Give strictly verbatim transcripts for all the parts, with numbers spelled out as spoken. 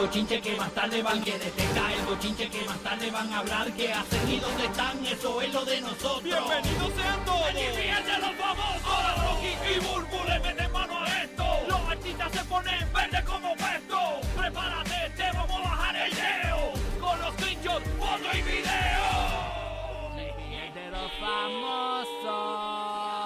bochinche que más tarde van, que detenga el bochinche que más tarde van a hablar, que hacen y dónde están, eso es lo de nosotros. ¡Bienvenidos sean todos! ¡Allí fíjense los famosos! Ahora Rocky y Burbu le meten mano a esto. Los artistas se ponen verde como puesto. Prepárate, te vamos a bajar el leo con los screenshots, foto y video. De los famosos.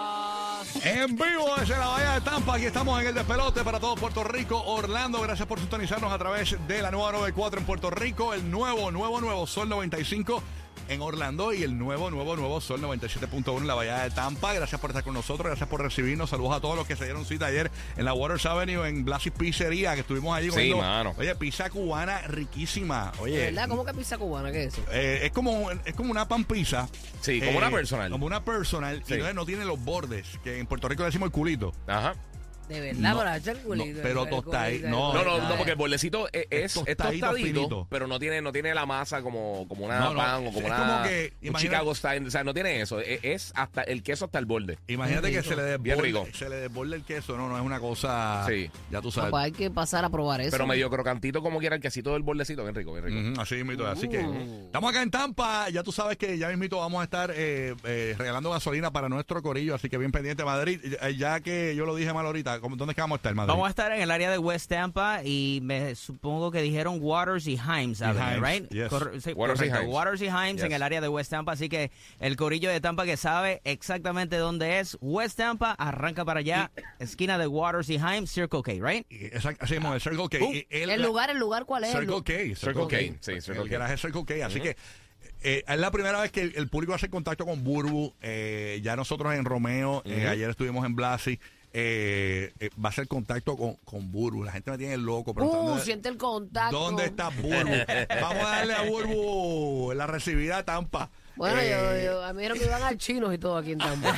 En vivo desde la Bahía de Tampa, aquí estamos en el despelote para todo Puerto Rico, Orlando. Gracias por sintonizarnos a través de la nueva noventa y cuatro en Puerto Rico, el nuevo, nuevo, nuevo Sol noventa y cinco en Orlando y el nuevo, nuevo, nuevo Sol noventa y siete punto uno en la Bahía de Tampa. Gracias por estar con nosotros, gracias por recibirnos. Saludos a todos los que se dieron cita ayer en la Waters Avenue, en Blasis Pizzería, que estuvimos allí comiendo. Sí, mano. Oye, pizza cubana riquísima. Oye, ¿verdad? ¿Cómo que pizza cubana? ¿Qué es eso? eh, es como es como una pan pizza. Sí, como eh, una personal. Como una personal. Sí. Y entonces no tiene los bordes, que en Puerto Rico le decimos el culito. Ajá. De verdad, No, para echar el culito. no, pero el tostadito, culito, no, No, no, ay. no, porque el bordecito es, es, es tostadito, tostadito, finito. pero no tiene, no tiene la masa como, como una No, no, pan o como es una como que, un imagina- Chicago style, o sea, no tiene eso, es, es hasta el queso hasta el borde. Imagínate que rico. se le Bien desborde, rico. se le desborde el queso, no, no es una cosa, Sí. ya tú Ah, sabes. pues hay que pasar a probar eso. Pero medio crocantito como quiera el quesito del bordecito, bien rico, bien rico. Ujú, así mismo, así que Uh. estamos acá en Tampa, ya tú sabes que ya mismito vamos a estar eh, eh, regalando gasolina para nuestro corillo, así que bien pendiente Madrid, eh, ya que yo lo dije mal ahorita, ¿cómo- ¿dónde es que vamos a estar Madrid? Vamos a estar en el área de West Tampa y me supongo que dijeron Waters y Himes Avenue, Himes, right? yes. Corre- sí, Waters y correcto. Himes. Waters y Himes Yes. en el área de West Tampa, así que el corillo de Tampa que sabe exactamente dónde es West Tampa, arranca para allá, esquina de Waters y Himes, Circle K, right? Y- exacto, así mismo, el Circle K. Uh, Y el, ¿El lugar, el lugar cuál es? Circle El- K. Circle K, sí, Circle El K. garaje Circle K, así que eh, es la primera vez que el, el público hace contacto con Burbu. Eh, ya nosotros en Romeo, eh, Ujú. ayer estuvimos en Blasi. Eh, eh, va a ser contacto con, con Burbu. La gente me tiene loco preguntando, Uh, siente el contacto. ¿dónde está Burbu? Vamos a darle a Burbu la recibida a Tampa. Bueno, Eh, yo, yo, a mí me dijeron que iban al chinos y todo aquí en Tampa.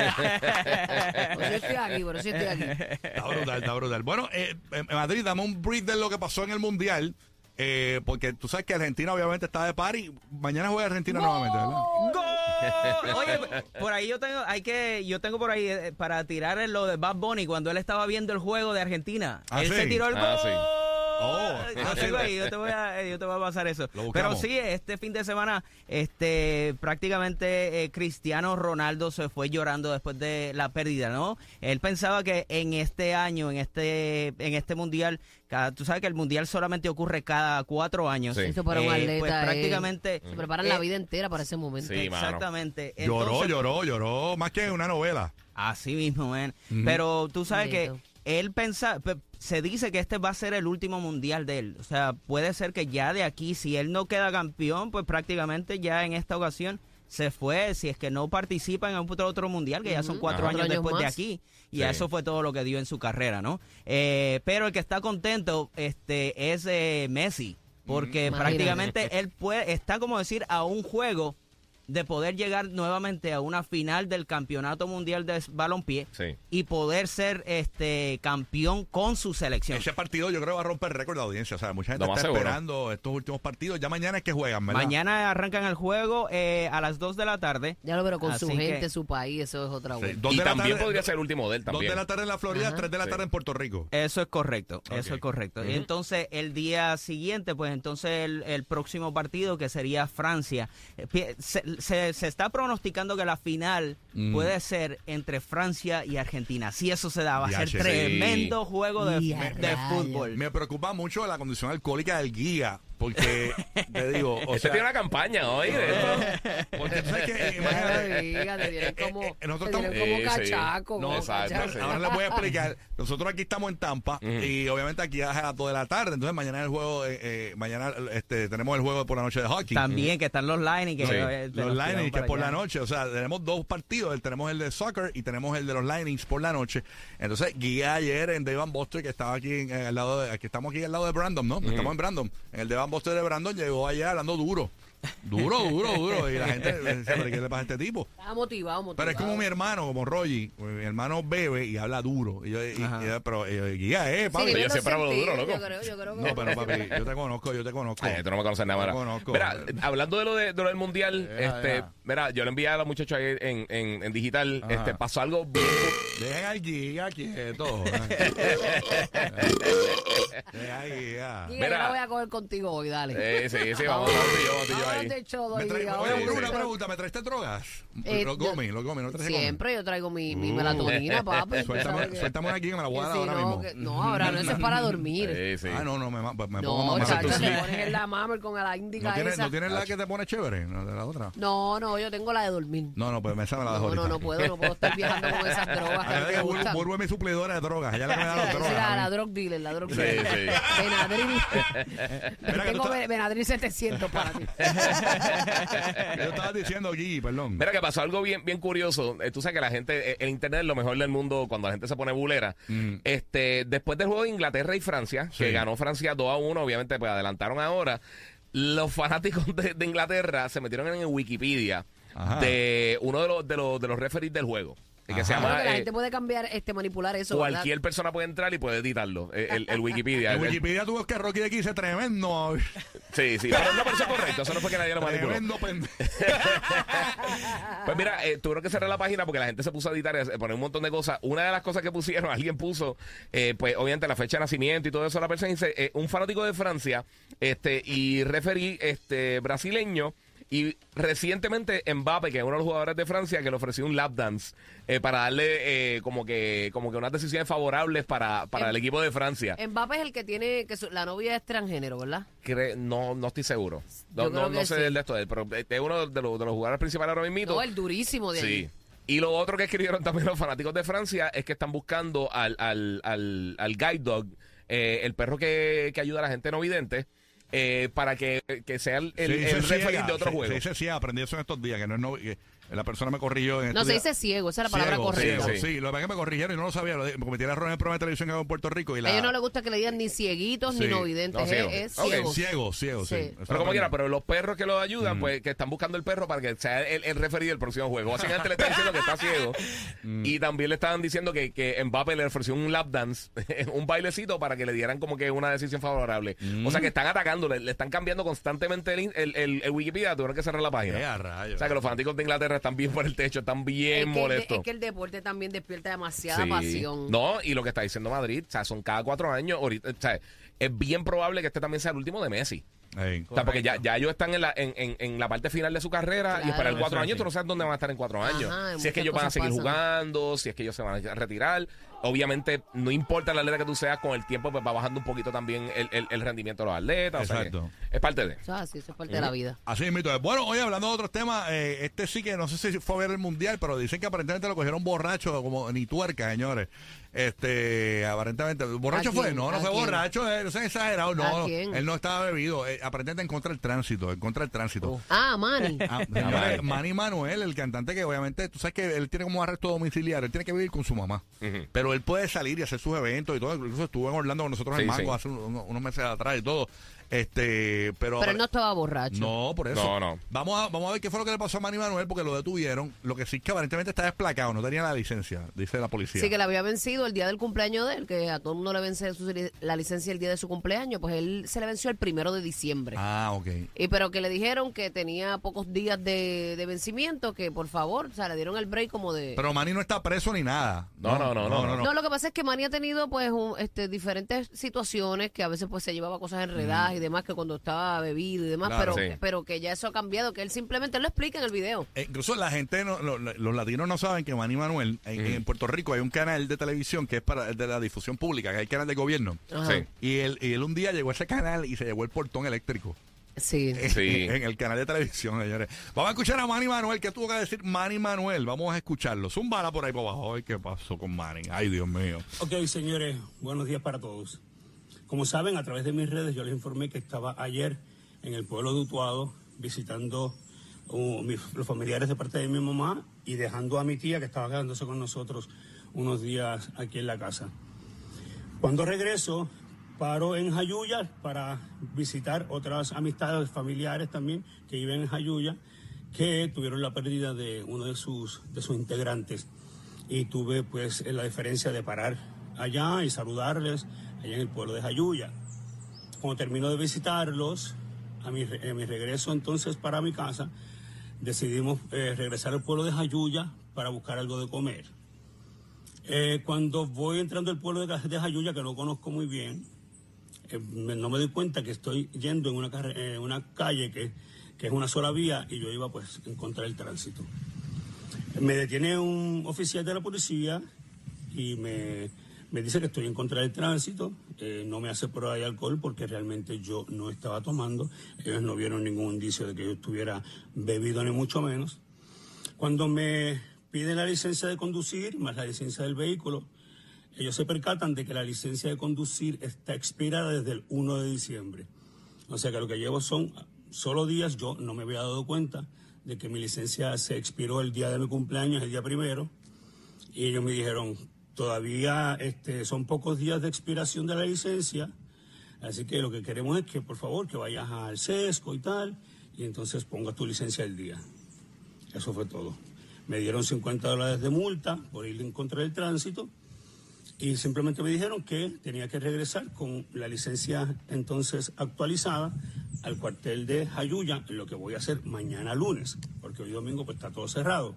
Por eso estoy aquí, por eso estoy aquí. Está brutal, está brutal. Bueno, eh, en Madrid, dame un brief de lo que pasó en el Mundial. Eh, porque tú sabes que Argentina obviamente está de party. Mañana juega Argentina nuevamente, ¿verdad? ¡Gol! Oye, por ahí yo tengo, hay que, yo tengo por ahí eh, para tirar en lo de Bad Bunny cuando él estaba viendo el juego de Argentina. Ah, él ¿sí? se tiró el Ah, gol. sí. Oh, Yo ah, tengo sí. ahí, yo te voy a, yo te voy a pasar eso. Lo Pero buscamos. sí, este fin de semana, este, prácticamente eh, Cristiano Ronaldo se fue llorando después de la pérdida, ¿no? Él pensaba que en este año, en este, en este mundial, cada, tú sabes que el mundial solamente ocurre cada cuatro años. Sí. Eso para un Eh, atleta. pues eh, prácticamente se preparan eh, la vida entera para ese momento. Sí, mano. exactamente. Lloró, Entonces, lloró, lloró. Más que en una novela. Así mismo, man. Ujú. Pero tú sabes Bonito. que él pensa, pe- se dice que este va a ser el último mundial de él. O sea, puede ser que ya de aquí, si él no queda campeón, pues prácticamente ya en esta ocasión se fue. Si es que no participa en otro, otro mundial, que ya son Ujú. cuatro Ajá. años Cuatro años después de más. aquí. Y Sí. eso fue todo lo que dio en su carrera, ¿no? Eh, pero el que está contento este es eh, Messi. Porque Imagínate. prácticamente él puede, está como decir a un juego de poder llegar nuevamente a una final del campeonato mundial de balompié Sí. y poder ser este campeón con su selección. Ese partido yo creo va a romper récord de audiencia. O sea, mucha gente Lo más está seguro. esperando estos últimos partidos. Ya mañana es que juegan, ¿verdad? Mañana arrancan el juego eh, a las dos de la tarde. Ya lo pero con su Así que- gente, su país, eso es otra Sí, vuelta. dos Y de la también tarde- podría ser el último de él Dos también. de la tarde en la Florida, Ajá. tres de la Sí. tarde en Puerto Rico. Eso es correcto, Ok. eso es correcto. Ujú. Y entonces el día siguiente, pues entonces el, el próximo partido que sería Francia. Eh, pi- Se, se- se está pronosticando que la final Mm. puede ser entre Francia y Argentina. Si eso se da, va a ser Ya, che, tremendo juego de, Y a de rayos. fútbol. Me preocupa mucho la condición alcohólica del guía. Porque, te digo, o Este sea, tiene una campaña hoy. de esto. porque tú sabes que, No imagínate, me digas, te tienen como, eh, eh, nosotros te tienen estamos- como Sí, sí. cachaco. No, como exacto, cachaco. sí. ahora les voy a explicar. Nosotros aquí estamos en Tampa Ujú. y obviamente aquí es a las dos de la tarde. Entonces mañana el juego, eh, eh, mañana este, tenemos el juego por la noche de hockey. También que están los line y que Sí. eh, Los nos tiramos linings que para es por la allá. noche, o sea, tenemos dos partidos, tenemos el de soccer y tenemos el de los linings por la noche. Entonces, guié ayer en Dave and Buster, que estaba aquí en, en al lado de, aquí estamos aquí al lado de Brandon, ¿no? Estamos en Brandon. En el Dave and Buster de Brandon llegó allá hablando duro. Duro, duro, duro. Y la gente dice, ¿pero qué le pasa a este tipo? Está motivado, motivado. Pero es como mi hermano, como Rogi. Mi hermano bebe y habla duro. Y yo, y, y, pero, y, guía, eh, papi. Sí, yo siempre hablo duro, loco. Yo creo, yo creo que No, pero papi, yo te conozco, yo te conozco. Ay, tú no me conoces nada, Yo mira. te conozco. Mira, hablando de lo, de, de lo del mundial, Yeah, este, yeah. mira, yo le envié a los muchachos ahí en, en, en digital, Ajá. este, pasó algo bien. Dejen al guía quieto. Deja al guía. Giga, yo Mira. la voy a coger contigo hoy, dale. Eh, sí, sí, vamos, vamos, tú y yo, vamos, tú y yo Vámonos ahí. de show, Me doy, trae- Giga, oye, vamos, una vamos. pregunta, ¿me traiste drogas? Eh, los yo- gomis, los gomis, ¿no traes gomis? Siempre yo traigo mi, mi Uh. melatonina, papi. tú Suéltame, sabes que- suéltame una aquí que me la voy a dar Sí, ahora no, mismo. que- no, ahora no, eso es para dormir. Sí, sí. Ah, no, no, me, ma- me pongo No, más chacho, malo. te pones en la mama con la índica ¿No tienes, esa. ¿No tienes la que te pone chévere? ¿No, de la otra? No, no, yo tengo la de dormir. No, no, pues esa me la dejo No, no, ahorita. no puedo, no puedo estar viajando con esas drogas que a mí me Burbu gustan. Burbu es mi suplidora de drogas. Ella es la que me da las Esa drogas. era a la mí. drug dealer, la drug Sí, dealer. sí. Benadryl. Mira que tú Tengo estás- Be- Benadryl setecientos para ti. Yo estaba diciendo, Gigi, perdón. Mira que pasó algo bien, bien curioso. Eh, tú sabes que la gente, eh, el internet es lo mejor del mundo cuando la gente se pone bulera. Mm. Este, después del juego de Inglaterra y Francia, Sí. que ganó Francia dos a uno, obviamente pues adelantaron ahora. Los fanáticos de, de Inglaterra se metieron en el Wikipedia Ajá. de uno de los de los de los referees del juego. Que Ajá. se Bueno, llama que la eh, gente puede cambiar, este, manipular eso, ¿verdad? cualquier persona puede entrar y puede editarlo. eh, El, el Wikipedia. En El- Wikipedia tuvo que Rocky de aquí dice tremendo. Sí, sí, pero no pareció correcto. Eso no fue que nadie lo manipuló. Tremendo pendejo. Pues mira, eh, tuvieron que cerrar la página porque la gente se puso a editar y a poner un montón de cosas. Una de las cosas que pusieron, alguien puso, eh, pues obviamente la fecha de nacimiento y todo eso. La persona dice, eh, un fanático de Francia este y referí este brasileño. Y recientemente Mbappé, que es uno de los jugadores de Francia, que le ofreció un lap dance eh, para darle eh, como que como que unas decisiones favorables para, para Em- el equipo de Francia. Mbappé es el que tiene, que su- la novia es transgénero, ¿verdad? Cre- no, no estoy seguro. No, Yo no, creo no que sé sí. del de esto de él, pero este es uno de los, de los jugadores principales ahora mismo. No, el durísimo de Sí. ahí. Y lo otro que escribieron también los fanáticos de Francia es que están buscando al, al, al, al guide dog, eh, el perro que, que ayuda a la gente no vidente, eh, para que, que sea el, el, Se dice el referee ciega, de otro se- juego. Se dice ciega, aprendí eso en estos días, que no es no, que la persona me corrigió en No, estos se días. dice ciego, esa es la palabra Ciego, correcta. ciego, Sí, sí, sí. lo que pasa es que me corrigieron y no lo sabía, lo de- me cometí el error en el programa de televisión que hago en Puerto Rico y la... A ellos no les gusta que le digan ni cieguitos Sí. ni no videntes, No, ciego. es, es Ok, ciego. Ciego, ciego, sí. Sí. Eso Pero lo como aprendí. quiera, pero los perros que lo ayudan, Mm. pues que están buscando el perro para que sea el, el referee del próximo juego. Básicamente le están diciendo que está ciego. Mm. Y también le estaban diciendo que, que Mbappé le ofreció un lap dance, un bailecito para que le dieran como que una decisión favorable. Mm. O sea que están atacando, le, le están cambiando constantemente el, el, el- el Wikipedia, tuvieron que cerrar la página. Eh, a rayos. O sea que los fanáticos de Inglaterra están bien por el techo, están Es bien que, el de- molestos. es que el deporte también despierta demasiada Sí. pasión. No, y lo que está diciendo Madrid, o sea, son cada cuatro años. Ahorita, o sea, es bien probable que este también sea el último de Messi. Ey. O sea, porque ya, ya ellos están en la, en, en, en la parte final de su carrera Claro. y esperar cuatro Eso años, sí. tú no sabes dónde van a estar en cuatro años. Ajá, si es que muchas ellos van a cosas seguir pasan. jugando, si es que ellos se van a retirar. Obviamente, no importa la atleta que tú seas, con el tiempo pues va bajando un poquito también el, el, el rendimiento de los atletas. O sea que Exacto. es parte de. O sea, sí, eso es parte de la vida. Así es, mito. Bueno, hoy hablando de otros temas, eh, este sí que no sé si fue a ver el mundial, pero dicen que aparentemente lo cogieron borracho, como ni tuerca, señores. Este, aparentemente, ¿borracho ¿A fue? quién? No, no ¿A fue quién? borracho, eh, no sean exagerados, no. ¿A quién? Él no estaba bebido, eh, aparentemente en contra del tránsito, en contra del tránsito. Ah, Manny. Ah, señores, Manny Manuel, el cantante que obviamente, tú sabes que él tiene como arresto domiciliario, él tiene que vivir con su mamá, Ujú. pero él puede salir y hacer sus eventos y todo, incluso estuvo en Orlando con nosotros en Sí, Mango sí. hace unos, unos meses atrás y todo, este, pero... Pero él no estaba borracho. No, por eso. No, no. Vamos a, vamos a ver qué fue lo que le pasó a Manny Manuel porque lo detuvieron. Lo que sí es que aparentemente está desplacado, no tenía la licencia, dice la policía. Sí, que le había vencido el día del cumpleaños de él, que a todo el mundo le vence su- la licencia el día de su cumpleaños, pues él se le venció el primero de diciembre. Ah, ok. Y pero que le dijeron que tenía pocos días de, de vencimiento, que por favor, o sea, le dieron el break como de... Pero Manny no está preso ni nada. No, no, no, no, No, lo que pasa es que Manny ha tenido pues un- este, diferentes situaciones que a veces pues se llevaba cosas enredadas y demás, que cuando estaba bebido y demás, Claro. pero, Sí. pero que ya eso ha cambiado, que él simplemente lo explica en el video. Eh, incluso la gente, no- lo- lo- los latinos no saben que Manny Manuel, en, en Puerto Rico hay un canal de televisión que es para de la difusión pública, que es el canal del gobierno. Ajá. Sí. Y él, y él un día llegó a ese canal y se llevó el portón eléctrico. Sí. Sí. En el canal de televisión, señores. Vamos a escuchar a Manny Manuel. ¿Qué tuvo que decir Manny Manuel? Vamos a escucharlo. Zumbala por ahí por abajo. Ay, ¿qué pasó con Manny? Ay, Dios mío. Ok, señores, buenos días para todos. Como saben, a través de mis redes yo les informé que estaba ayer en el pueblo de Utuado visitando uh, mis- los familiares de parte de mi mamá y dejando a mi tía que estaba quedándose con nosotros unos días aquí en la casa. Cuando regreso, paro en Jayuya para visitar otras amistades familiares también que viven en Jayuya, que tuvieron la pérdida de uno de sus, de sus integrantes. Y tuve pues la diferencia de parar allá y saludarles allá en el pueblo de Jayuya. Cuando termino de visitarlos, a mi, a mi regreso entonces para mi casa, decidimos eh, regresar al pueblo de Jayuya para buscar algo de comer. Eh, cuando voy entrando al pueblo de, de Jayuya, que no conozco muy bien, eh, me, no me doy cuenta que estoy yendo en una, eh, una calle que, que es una sola vía y yo iba pues en contra del tránsito. Me detiene un oficial de la policía y me, me dice que estoy en contra del tránsito, eh, no me hace prueba de alcohol porque realmente yo no estaba tomando, ellos no vieron ningún indicio de que yo estuviera bebido ni mucho menos. Cuando me piden la licencia de conducir más la licencia del vehículo, ellos se percatan de que la licencia de conducir está expirada desde el primero de diciembre. O sea que lo que llevo son solo días, yo no me había dado cuenta de que mi licencia se expiró el día de mi cumpleaños, el día primero, y ellos me dijeron, todavía este, son pocos días de expiración de la licencia, así que lo que queremos es que por favor que vayas al sesco y tal, y entonces pongas tu licencia al día. Eso fue todo. Me dieron cincuenta dólares de multa por ir en contra del tránsito y simplemente me dijeron que tenía que regresar con la licencia entonces actualizada al cuartel de Jayuya, lo que voy a hacer mañana lunes, porque hoy domingo pues está todo cerrado.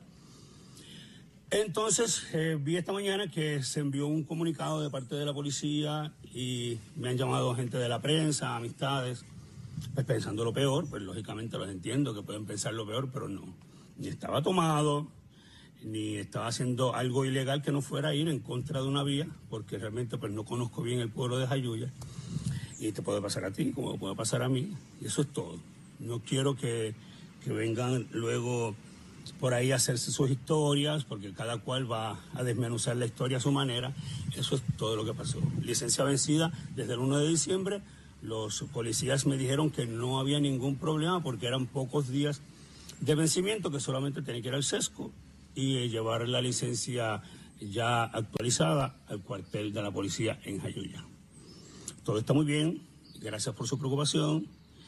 Entonces eh, vi esta mañana que se envió un comunicado de parte de la policía y me han llamado gente de la prensa, amistades, pues pensando lo peor, pues lógicamente los entiendo que pueden pensar lo peor, pero no, ni estaba tomado, ni estaba haciendo algo ilegal que no fuera a ir en contra de una vía, porque realmente pues no conozco bien el pueblo de Jayuya, y te puede pasar a ti como puede pasar a mí, y eso es todo. No quiero que, que vengan luego por ahí a hacerse sus historias, porque cada cual va a desmenuzar la historia a su manera. Eso es todo lo que pasó. Licencia vencida desde el primero de diciembre, los policías me dijeron que no había ningún problema porque eran pocos días de vencimiento, que solamente tenía que ir al sesco y eh, llevar la licencia ya actualizada al cuartel de la policía en Jayuya. Todo está muy bien, gracias por su preocupación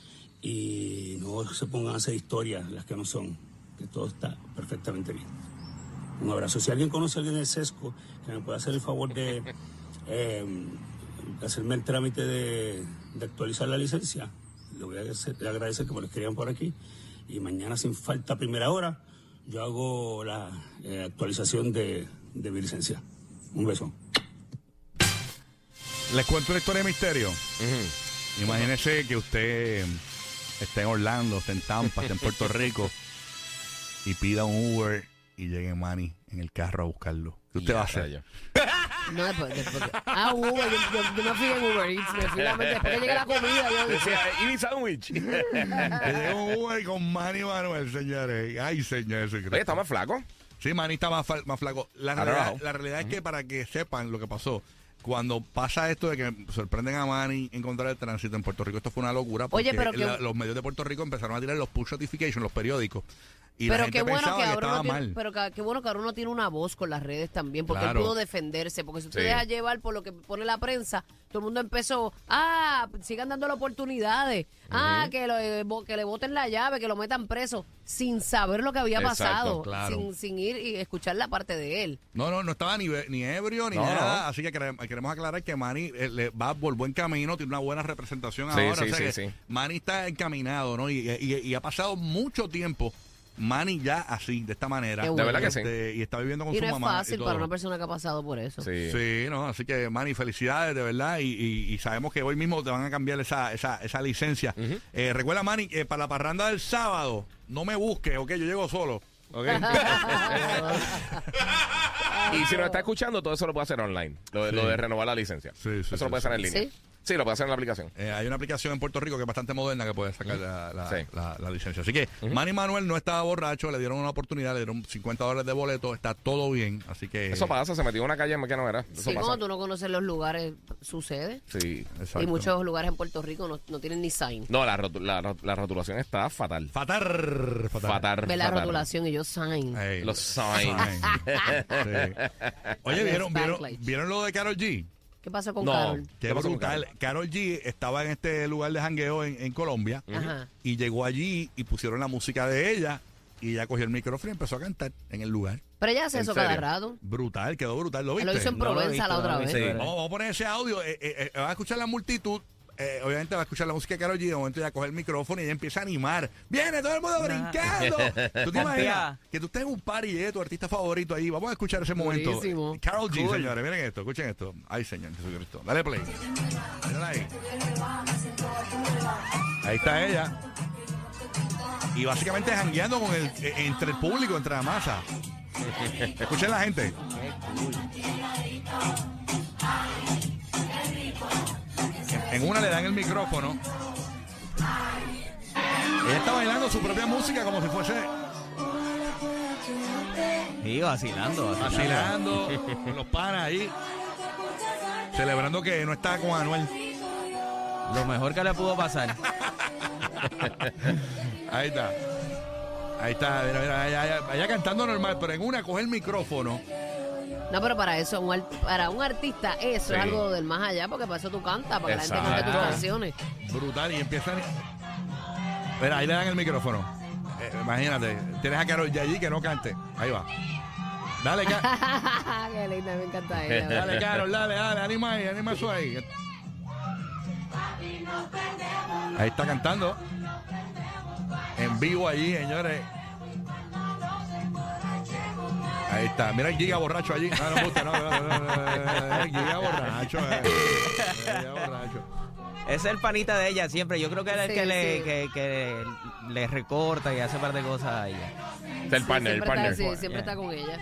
y no se pongan a hacer historias las que no son, que todo está perfectamente bien. Un abrazo. Si alguien conoce a alguien del sesco que me pueda hacer el favor de eh, hacerme el trámite de, de actualizar la licencia, le voy a agradecer, le agradecer que me lo escriban por aquí y mañana sin falta a primera hora yo hago la eh, actualización de, de mi licencia. Un beso. Les cuento una historia de misterio. Uh-huh. Imagínese que usted esté en Orlando, esté en Tampa, esté en Puerto Rico y pida un Uber y llegue Manny en el carro a buscarlo. ¿Qué usted va a hacer? No, después, después. Ah, Uber, yo, yo, yo me fui en Uber Eats, me fui la, después que llegue la comida. Yo decía, ¿y mi sándwich? Que llegue un Uber con Manny Manuel, señores. Ay, señores. Oye, ¿está más flaco? Sí, Manny está más, más flaco. La realidad, la realidad es que para que sepan lo que pasó, cuando pasa esto de que sorprenden a Manny en contra del tránsito en Puerto Rico, esto fue una locura porque Oye, pero la, que... los medios de Puerto Rico empezaron a tirar los push notifications, los periódicos. Y pero la gente qué bueno pensaba que que, ahora estaba uno tiene, mal. pero que, qué bueno que ahora uno tiene una voz con las redes también, porque Claro. él pudo defenderse, porque si usted Sí. deja llevar por lo que pone la prensa, todo el mundo empezó, ah, sigan dándole oportunidades, ah, que, lo, eh, bo- que le boten la llave, que lo metan preso, sin saber lo que había Exacto, pasado, claro. sin, sin ir y escuchar la parte de él. No, no, no estaba ni, ni ebrio ni No, nada. no. Así que queremos, queremos aclarar que Manny eh, le va por buen camino, tiene una buena representación Sí, ahora. sí, o sea sí, que sí. Manny está encaminado, ¿no? Y, y, y ha pasado mucho tiempo Manny ya así, de esta manera. Qué bueno. De verdad que sí. Este, y está viviendo con Y su no es mamá. y fácil todo. para una persona que ha pasado por eso. Sí. Sí, no, así que Manny, felicidades de verdad y, y, y sabemos que hoy mismo te van a cambiar esa, esa, esa licencia. Ujú. eh, recuerda, Manny, eh, para la parranda del sábado, no me busques, ok, yo llego solo. ¿Ok? Y si nos está escuchando, todo eso lo puede hacer online. Lo, de- Sí. lo de renovar la licencia. Sí, sí, eso sí, lo puede hacer en sí. línea. ¿Sí? Sí, lo puede hacer en la aplicación. Eh, hay una aplicación en Puerto Rico que es bastante moderna que puede sacar la, la, Sí. la- la licencia. Así que Manny Manuel no estaba borracho, le dieron una oportunidad, le dieron cincuenta dólares de boleto, está todo bien. Así que. Eso pasa, se metió en una calle que no era. Eso Sí, pasa. cuando tú no conoces los lugares, sucede. Sí. Exacto. Y muchos lugares en Puerto Rico no, no tienen ni sign. No, la, rotu- la, ro- la rotulación está fatal. Fatar, fatar. Fatal. Ve la fatal. rotulación y yo sign. Ey, Los signs. sign. Sí. Oye, ¿vieron, vieron, Backlash. ¿vieron lo de Karol G? ¿Qué pasó con No. Karol? Qué ¿Qué pasó con brutal. Karol G estaba en este lugar de jangueo en, en Colombia Ajá. y llegó allí y pusieron la música de ella y ella cogió el micrófono y empezó a cantar en el lugar. Pero ella hace ¿En eso cada serio? rato. Brutal, quedó brutal. ¿Lo viste? Lo hizo en No lo he Provenza visto, la otra no lo he vez. visto, Sí. pero- Vamos, vamos a poner ese audio. Eh, eh, eh, va a escuchar la multitud. Eh, obviamente va a escuchar la música de Karol G. De momento ella coge el micrófono y ella empieza a animar. ¡Viene todo el mundo brincando! ¿Tú te imaginas que tú estés en un party y de tu artista favorito ahí? Vamos a escuchar ese momento. Durísimo. Karol G, Cool. señores. Miren esto, escuchen esto. Ay, señor Jesucristo. Dale play. Mírala ahí. Ahí está ella. Y básicamente jangueando con el, eh, entre el público, entre la masa. Escuchen la gente. En, en una le dan el micrófono. Ella está bailando su propia música como si fuese Sí, vacilando, vacilando. vacilando con los panas ahí. Celebrando que no está con Anuel. Lo mejor que le pudo pasar. Ahí está. Ahí está, mira, mira, allá, allá, allá cantando normal, pero en una coge el micrófono. No, pero para eso, un art- para un artista, eso Sí. es algo del más allá, porque para eso tú cantas, para que la gente cante tus Exacto. canciones. Brutal, y empiezan. Mira, ahí le dan el micrófono. Eh, imagínate, tienes a Karol G allí que no cante. Ahí va. Dale, Ca- Qué linda, me encanta ella. dale, Karol, dale, dale, anima ahí, anima eso ahí. Ahí está cantando. En vivo allí, señores. Ahí está. Mira el Giga borracho allí. No, no me gusta, no, no, no, no, no, el Giga borracho. eh. El Giga borracho. Ese es el panita de ella siempre. Yo creo que es el Sí, que, le, sí. que, que le recorta y hace un par de cosas a ella. Es el partner, el siempre partner. está, sí, siempre Yeah. está con ella.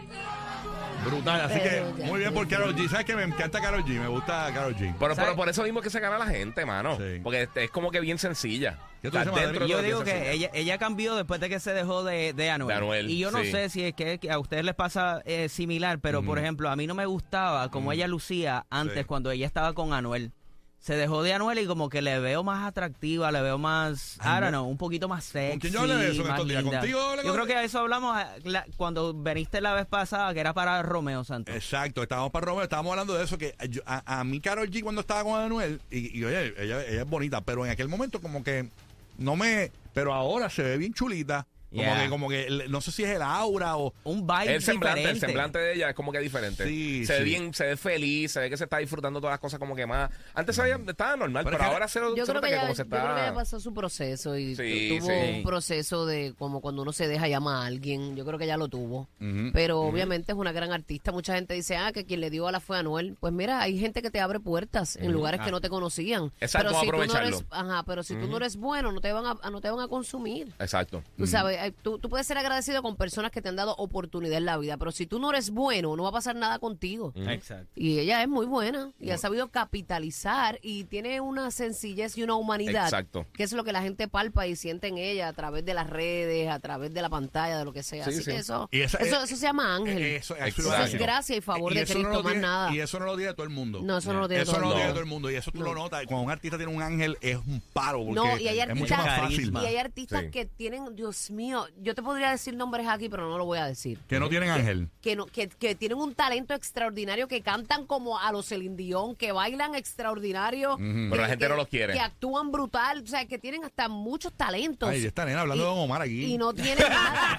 Brutal, así Pero que ya. muy bien por Karol G. ¿Sabes que me encanta Karol G? Me gusta Karol G. Pero, ¿Sabe? pero por eso mismo que se gana la gente, mano. Sí. Porque es, es como que bien sencilla. ¿Qué tú Está dices, dentro Madrid? de Yo todo digo bien que sencilla. ella, ella cambió después de que se dejó de, de Anuel. De Anuel, Y yo no sí. sé si es que, que a ustedes les pasa eh, similar, pero por ejemplo, a mí no me gustaba como ella lucía antes Sí. cuando ella estaba con Anuel. Se dejó de Anuel y como que le veo más atractiva, le veo más, I don't know, un poquito más sexy. quién yo hablé de eso en más estos días? linda. ¿Contigo hablé Yo con- creo que a eso hablamos eh, la- cuando veniste la vez pasada, que era para Romeo Santos. Exacto, estábamos para Romeo, estábamos hablando de eso, que yo- a, a mí Karol G cuando estaba con Anuel, y, y oye, ella, ella es bonita, pero en aquel momento como que no me... Pero ahora se ve bien chulita. Como Yeah. que, como que, el- no sé si es el aura o... Un vibe El semblante, el diferente. semblante de ella es como que diferente. Sí, se ve sí. bien, se ve feliz, se ve que se está disfrutando todas las cosas como que más. Antes se veía, estaba normal, Pero pero, es que- ahora se, lo- Yo se creo, nota que que ella, como se yo creo que está. ella pasó su proceso y Sí, tu- tuvo sí. un proceso de como cuando uno se deja llamar a alguien. Yo creo que ella lo tuvo. Ujú. Pero obviamente es una gran artista. Mucha gente dice, ah, que quien le dio a la fue Anuel. Pues mira, hay gente que te abre puertas en lugares que no te conocían. Exacto, pero si tú no aprovecharlo. eres, ajá, pero si tú no eres bueno, no te van a, no te van a consumir. Exacto. Tú sabes, eh, tú, tú puedes ser agradecido con personas que te han dado oportunidad en la vida, pero si tú no eres bueno, no va a pasar nada contigo. Exacto. Y ella es muy buena y ha sabido capitalizar y tiene una sencillez y una humanidad Exacto. que es lo que la gente palpa y siente en ella a través de las redes, a través de la pantalla, de lo que sea. Sí, Así sí. que eso, Y esa- eso, eh, eso se llama ángel. Eh, Eso, eso Exacto. iba a Eso es decir. gracia y favor Y de eso no Cristo, lo más tiene- nada. Y eso no lo tiene todo el mundo. No, eso no lo tiene Eso todo no el lo tiene mundo. todo el mundo. Y eso tú No. lo notas. Cuando un artista tiene un ángel, es un paro. Porque No, y hay es mucho artistas, más fácil. carisma. y hay artistas Sí. que tienen, Dios mío, yo te podría decir nombres aquí, pero no lo voy a decir. Que no tienen ángel. Que, no, que, que tienen un talento extraordinario, que cantan como a los Celine Dion, que bailan extraordinario. que- Pero la gente que- no los quiere. Que actúan brutal, o sea, que tienen hasta muchos talentos. Ay, esta nena hablando Y- de Don Omar aquí. Y no tiene nada.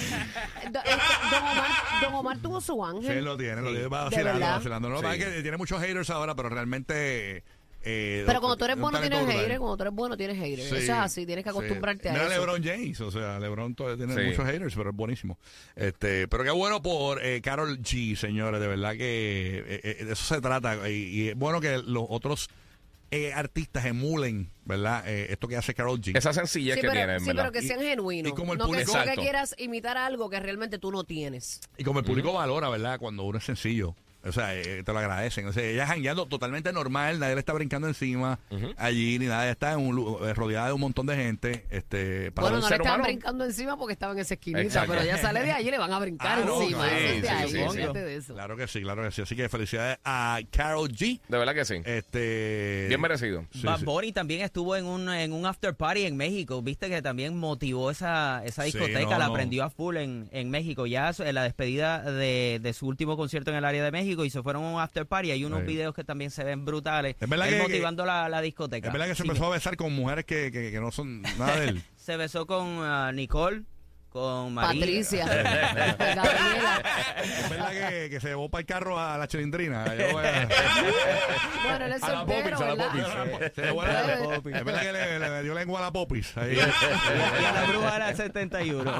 Do- es que Don, Omar, Don Omar tuvo su ángel. Sí, lo tiene, lo tiene. Va ¿De vacilando, verdad? vacilando. No, lo que Sí. pasa es que tiene muchos haters ahora, pero realmente... eh, Pero cuando tú eres un bueno talento tienes brutal. haters, cuando tú eres bueno tienes haters. Sí, Eso es así, tienes que sí. acostumbrarte Mira a eso. LeBron James, o sea, LeBron todavía tiene Sí. muchos haters, pero es buenísimo. Este, pero qué bueno por eh, Karol G, señores, de verdad que eh, eh, de eso se trata. Y, y es bueno que los otros eh, artistas emulen, ¿verdad? Eh, esto que hace Karol G. Esa sencillez Sí, que pero, tienen, sí, ¿verdad? pero que sean genuinos. y como el no que, público- no que Exacto. quieras imitar algo que realmente tú no tienes. Y como el público valora, ¿verdad? Cuando uno es sencillo. O sea, eh, te lo agradecen. O sea, ella jangueando totalmente normal, nadie le está brincando encima allí, ni nada. Ella está en un, lu- eh, rodeada de un montón de gente. Este, para Bueno, un no le ser estaban humano. brincando encima porque estaba en esa esquinita, Exacto. pero ya sale de allí y le van a brincar Ah, no, encima. claro. Eso es de Sí, ahí, sí, sí, olvídate sí. de eso. Claro que sí, claro que sí. Así que felicidades a Karol G. De verdad que sí. Este, Bien merecido. sí, Bad sí. Bunny también estuvo en un, en un after party en México. Viste que también motivó esa, esa Sí, discoteca, no, la no. prendió a full en, en México. Ya en la despedida de, de su último concierto en el área de México. amigos y se fueron a un after party. Hay unos sí. videos que también se ven brutales. Es verdad él que, motivando que, la, la discoteca. Es verdad que se Sigue. empezó a besar con mujeres que, que, que no son nada de él. Se besó con uh, Nicole, con María. Patricia. Gabriela. Es verdad que, que se llevó para el carro a la chilindrina. Yo voy a- Bueno, él es A la soltero, Popis, a la ¿verdad? Popis. Se llevó a la- Es verdad que le, le dio lengua a la popis. Ahí. Y a la bruja era setenta y uno.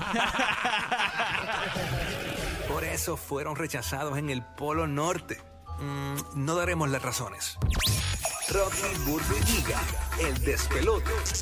Por eso fueron rechazados en el Polo Norte. Mm, no daremos las razones. Rocky, Burbu y Giga, el despelote.